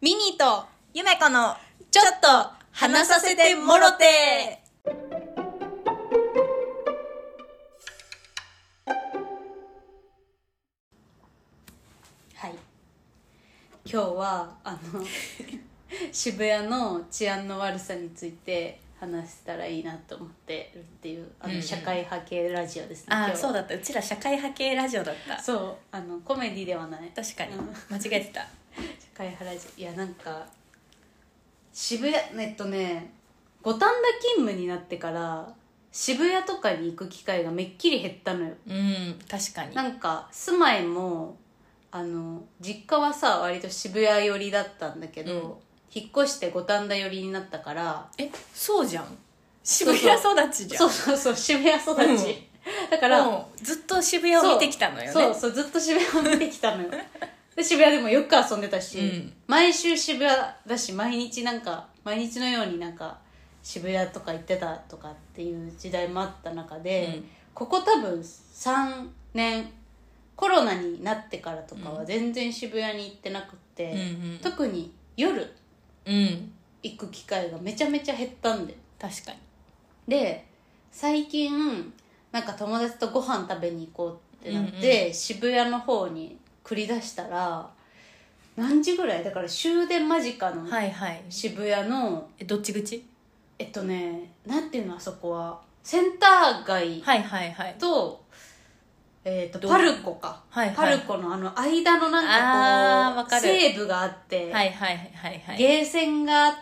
ミニーとゆめこのちょっと話させてもろて。はい、今日は渋谷の治安の悪さについて話せたらいいなと思ってるっていう社会派系ラジオですね。 ああ、そうだった。うちら社会派系ラジオだった。 そうコメディではない。 確かに、間違えてた。 社会派ラジオ。いや、なんか渋谷五反田勤務になってから渋谷とかに行く機会がめっきり減ったのよ。 確かに。 なんか住まいも実家はさ割と渋谷寄りだったんだけど、引っ越して五反田寄りになったから。 そうじゃん、渋谷育ちじゃん。 そう渋谷育ち、だからもうずっと渋谷を見てきたのよね。 そうずっと渋谷を見てきたのよで渋谷でもよく遊んでたし、毎週渋谷だし、毎日のように渋谷とか行ってたとかっていう時代もあった中で、ここ多分3年コロナになってからとかは全然渋谷に行ってなくて、特に夜行く機会がめちゃめちゃ減ったんで。 確かに。 で最近友達とご飯食べに行こうってなって、渋谷の方に繰り出したら、何時ぐらいだから終電間近の渋谷の、 どっち口？ なんていうの、あそこはセンター街と、パルコか、パルコの間の西部があって、ゲーセンがあって、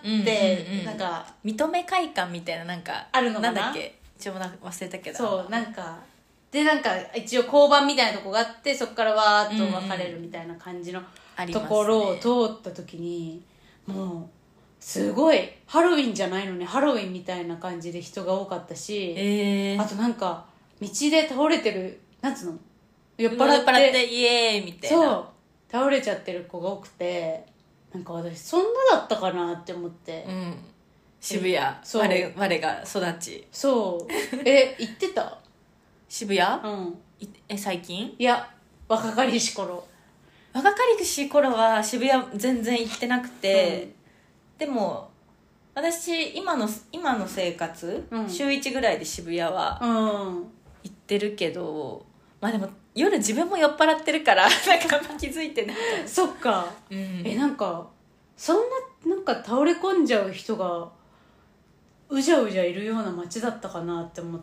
認め会館みたいなあるのかな、 なんだっけ、ちょっと忘れたけど。 そうで一応交番みたいなとこがあって、そこからわーっと分かれるみたいな感じのところを通った時に、もうすごいハロウィンじゃないのにハロウィンみたいな感じで人が多かったし、あと道で倒れてる、なんつうの、酔っ払ってイエーイみたいな、 そう倒れちゃってる子が多くて、私そんなだったかなって思って、 渋谷、我が育ち。 そう行ってた渋谷？最近？ いや、若かりし頃は渋谷全然行ってなくて、でも私今の生活、週1ぐらいで渋谷は行ってるけど、まあでも夜自分も酔っ払ってるからあんま気づいてないそっか、そんな倒れ込んじゃう人がうじゃうじゃいるような街だったかなって思って、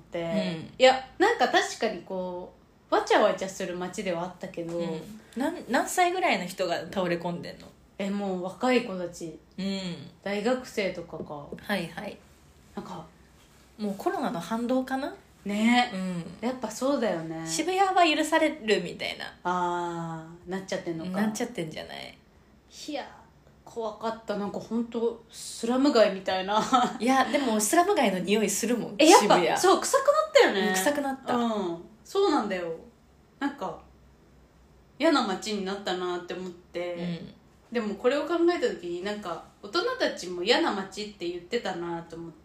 いや確かにこうわちゃわちゃする街ではあったけど、 何歳ぐらいの人が倒れ込んでんの？ もう若い子たち、大学生とかか。 もうコロナの反動かなね、やっぱそうだよね。 渋谷は許されるみたいななっちゃってんのか。 なっちゃってんじゃない？ いや怖かった。本当スラム街みたいな。 いやでもスラム街の匂いするもん。 やっぱそう臭くなったよね。 臭くなった。 そうなんだよ。嫌な街になったなって思って、でもこれを考えた時に大人たちも嫌な街って言ってたなと思って、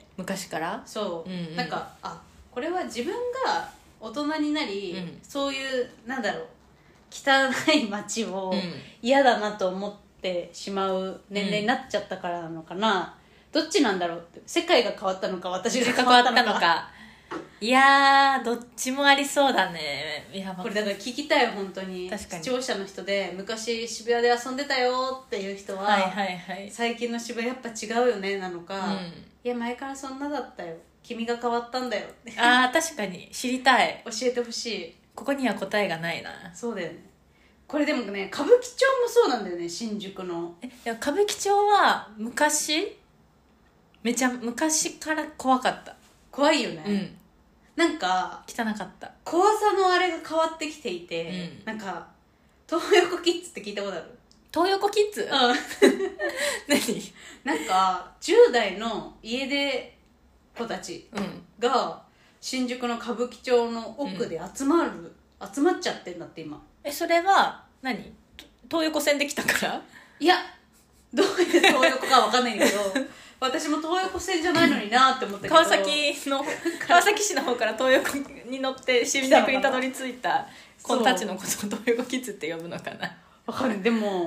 昔からそう、これは自分が大人になり、そういう汚い街を嫌だなと思ってしまう年齢になっちゃったからなのかな、どっちなんだろうって。世界が変わったのか私が変わったのか。 いやーどっちもありそうだね。 これだから聞きたいよ本当に。視聴者の人で昔渋谷で遊んでたよっていう人は、最近の渋谷やっぱ違うよねなのか、いや前からそんなだったよ、君が変わったんだよって確かに知りたい。 教えてほしい。 ここには答えがないな。 そうだよね。これでもね、歌舞伎町もそうなんだよね、新宿の。 歌舞伎町はめちゃ昔から怖かった。 怖いよね。 汚かった。 怖さのあれが変わってきていて、東横キッズって聞いたことある？ 東横キッズ？何 10代の家出子たちが新宿の歌舞伎町の奥で集まっちゃってんだって今。 それは何？東横線で来たから？ いや、どういう東横か分かんないんだけど私も東横線じゃないのになって思ったけど、 川崎市の方から東横に乗って新宿にたどり着いた子たちのことを東横キッズって呼ぶのかな。 分かる。でも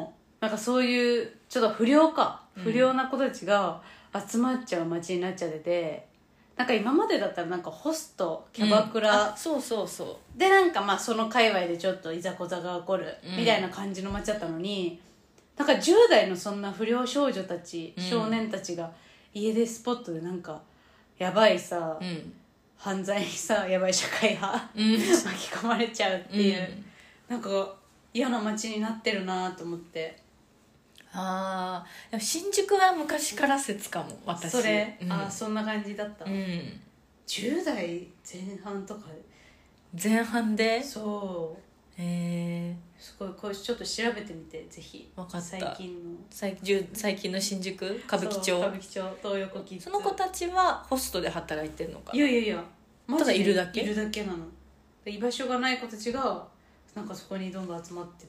なんかそういうちょっと不良な子たちが集まっちゃう街になっちゃってて、なんか今までだったらなんかホストキャバクラ、 そうそうそうでなんかまあその界隈でちょっといざこざが起こるみたいな感じの街だったのに、なんか10代のそんな不良少女たち、少年たちが家出スポットでなんかやばいさ、犯罪にさやばい社会派、巻き込まれちゃうっていう、なんか嫌な街になってるなと思って。 ああ、新宿は昔から説かも私。 それ、そんな感じだった、10代前半とか前半で。 そう、すごいこれちょっと調べてみてぜひ。 分かった。最近の新宿歌舞伎町東横キッズ。 その子たちはホストで働いてるのか。 いやただいるだけなの。居場所がない子たちがなんかそこにどんどん集まってって、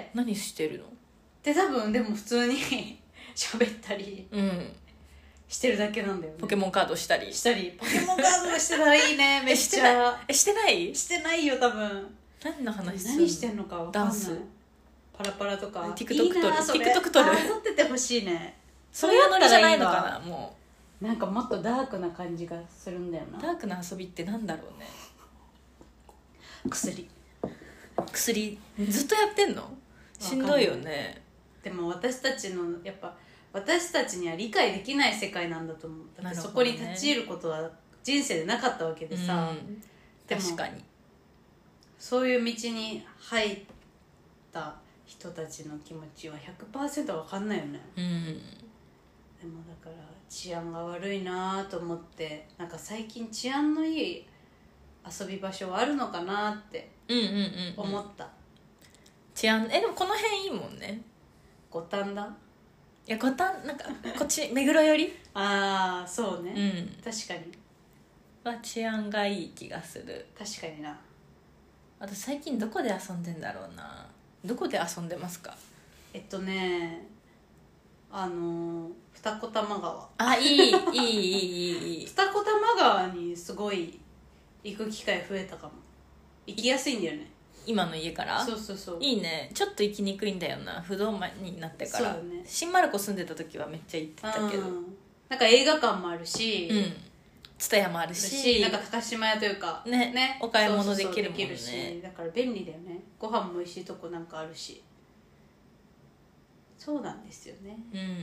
何してるので多分でも普通に喋ったりしてるだけなんだよね。 ポケモンカードしたりポケモンカードしてたらいいねめっちゃ。 してないよ多分。 何の話するの。 何してんのか分かんない。ダンスパラパラとか TikTok 撮る。 TikTok 撮っててほしいね。 そういうノリじゃないのかな。もうなんかもっとダークな感じがするんだよな。 ダークな遊びってなんだろうね。 薬ずっとやってんの。しんどいよね。 でも私たちには理解できない世界なんだと思う。だってそこに立ち入ることは人生でなかったわけでさ、でも確かにそういう道に入った人たちの気持ちは 100% 分かんないよね。でもだから治安が悪いなと思って、なんか最近治安のいい遊び場所はあるのかなって思った。 治安でもこの辺いいもんね。 五反田、 いや五反なんかこっち目黒寄りああそうね、確かには治安がいい気がする。 確かにな。 あと最近どこで遊んでんだろうな。どこで遊んでますか。 二子玉川。 あ、いい二子玉川にすごい行く機会増えたかも。行きやすいんだよね今の家から。 そういいね。ちょっと行きにくいんだよな不動前になってから。 そうね、 新丸子住んでた時はめっちゃ行ってたけど、 なんか映画館もあるし、 蔦屋もあるし、 なんか高島屋というかねお買い物できるもんね。 だから便利だよね。ご飯も美味しいとこなんかあるし。そうなんですよね。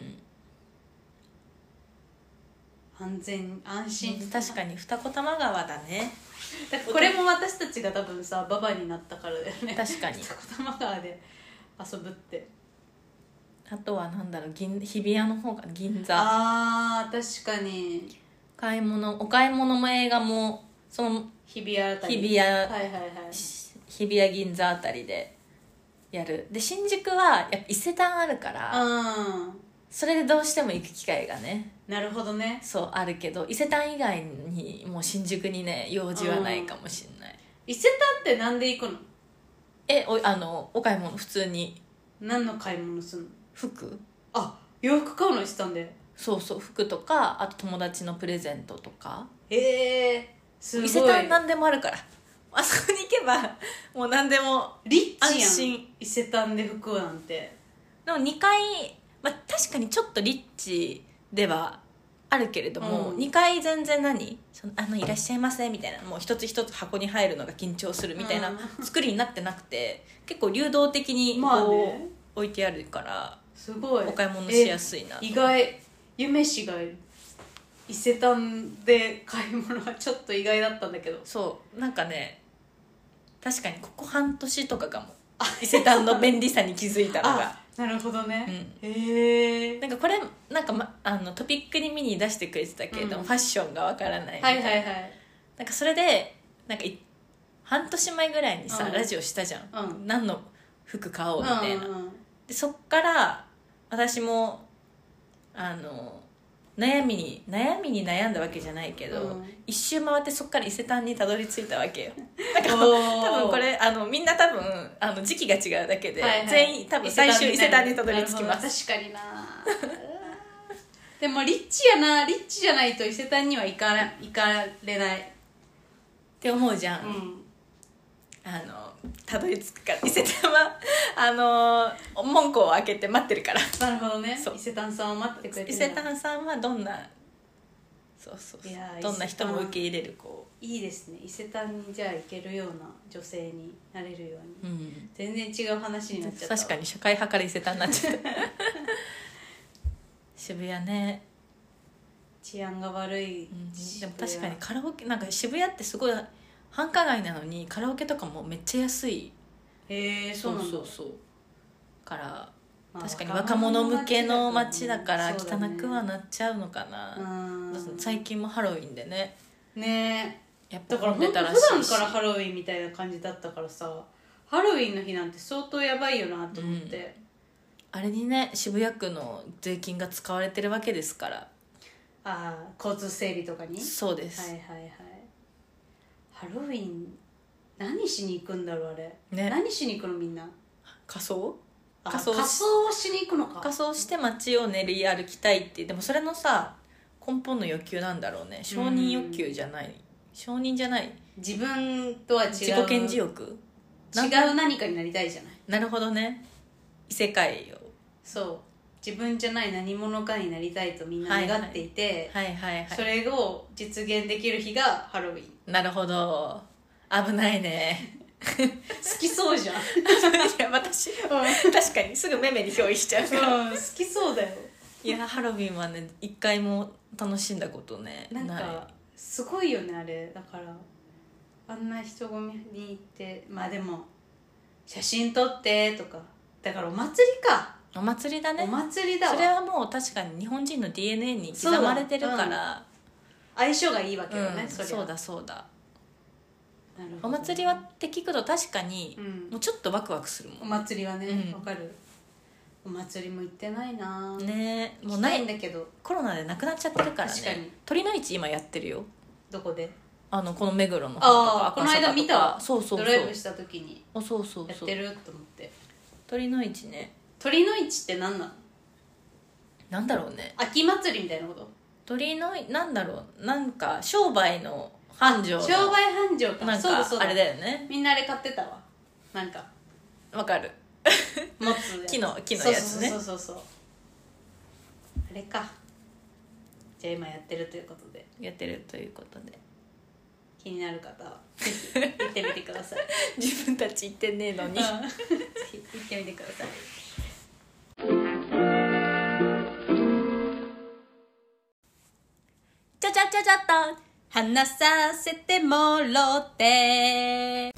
安心。 確かに二子玉川だね。 だからこれも私たちが多分さババになったからだよね。 確かに二子玉川で遊ぶって。 あとはなんだろう、日比谷の方が銀座。 確かに。 お買い物も映画もその日比谷あたり。 日比谷銀座あたりでやる。で新宿はやっぱ伊勢丹あるから、それでどうしても行く機会がね。 なるほどね。 そうあるけど伊勢丹以外にもう新宿にね用事はないかもしれない。 伊勢丹ってなんで行くの？ お買い物普通に。 何の買い物すんの？ 服。 洋服買うの伊勢丹で。 そう服とか、あと友達のプレゼントとか。 すごい。 伊勢丹何でもあるから、あそこに行けばもう何でもリッチやん。 安心。伊勢丹で服なんて。 でも2階、確かにちょっとリッチではあるけれども、2階全然いらっしゃいませみたいな、もう一つ一つ箱に入るのが緊張するみたいな作りになってなくて、結構流動的に置いてあるから、 すごいお買い物しやすいな。 意外。夢氏が伊勢丹で買い物はちょっと意外だったんだけど。 そうなんかね、確かにここ半年とかかも伊勢丹の便利さに気づいたのが。 なるほどね。 なんかこれなんか、トピックに見に出してくれてたけれども、ファッションがわからないみたいな、なんかそれでなんか半年前ぐらいにさ、ラジオしたじゃん、何の服買おうみたいな、でそっから私も悩みに悩んだわけじゃないけど、一周回ってそっから伊勢丹にたどり着いたわけよ。だから多分これみんな多分時期が違うだけで、全員多分最終伊勢丹にたどり着きます。 確かになでもリッチじゃないと伊勢丹には行かれないって思うじゃん、 たどり着くから。伊勢丹は門戸を開けて待ってるから。 なるほどね。 そう、 伊勢丹さんを待ってくれて伊るんだ。 勢丹さんはどんな、そうそうそう、 いやどんな人も受け入れるいいですね。伊勢丹にじゃあ行けるような女性になれるように、 うん、 全然違う話になっちゃった。 確かに社会派から伊勢丹になっちゃった渋谷ね、 治安が悪い、 でも確かにカラオケなんか渋谷ってすごい繁華街なのにカラオケとかもめっちゃ安い。 へえ、そうなんだ。 そうそうから、 まあ確かに若者向けの街だからそうだね汚くはなっちゃうのかな。最近もハロウィンでね。 ねやっぱだから混んでたらしいし、 普段からハロウィンみたいな感じだったからさ、ハロウィンの日なんて相当やばいよなと思って、 あれにね渋谷区の税金が使われてるわけですから。 ああ、交通整備とかに。 そうです。 はいはいはい。ハロウィン何しに行くんだろうあれ、 ね、 何しに行くのみんな。 仮装仮装しに行くのか。 仮装して街を練り歩きたいって。でもそれのさ根本の欲求なんだろうね。承認欲求じゃない、承認じゃない、 自分とは違う自己顕示欲、 違う何かになりたいじゃない。 なるほどね。異世界を、 そう自分じゃない何者かになりたいとみんな願っていて、 はいはいはい、 それを実現できる日がハロウィン。 なるほど、危ないね好きそうじゃんいや私、確かにすぐメメに憑依しちゃうから、 好きそうだよ。 いやハロウィンはね一回も楽しんだことねなんかすごいよねあれ。だからあんな人混みに行って、まあでも写真撮ってとか、だからお祭りか。 お祭りだね。 お祭りだわ。 それはもう確かに日本人の DNA に刻まれてるから、 相性がいいわけよね、 そうだそうだ。 なるほど。 お祭りはって聞くと確かに、もうちょっとワクワクするもん。 お祭りはね、わかる。お祭りも行ってないなね。 もうないんだけどコロナでなくなっちゃってるからね。 確かに。 鳥の市今やってるよ。 どこで？ この目黒の方とか赤坂とか。 この間見たわ。 そうそうそう、 ドライブした時にそうそうやってると思って。 鳥の市ね。 鳥の市って何なの？ なんだろうね。 秋祭りみたいなこと？ 鳥のなんだろう、なんか商売の繁盛の、 商売繁盛か。 なんかあれだよね。 みんなあれ買ってたわ。なんかわかる持つ木のやつね。 そうあれか。じゃあ今やってるということで、 やってるということで、 気になる方はぜひ行ってみてください自分たち行ってねえのにぜひ行ってみてください。 ちょっと話させてもろて。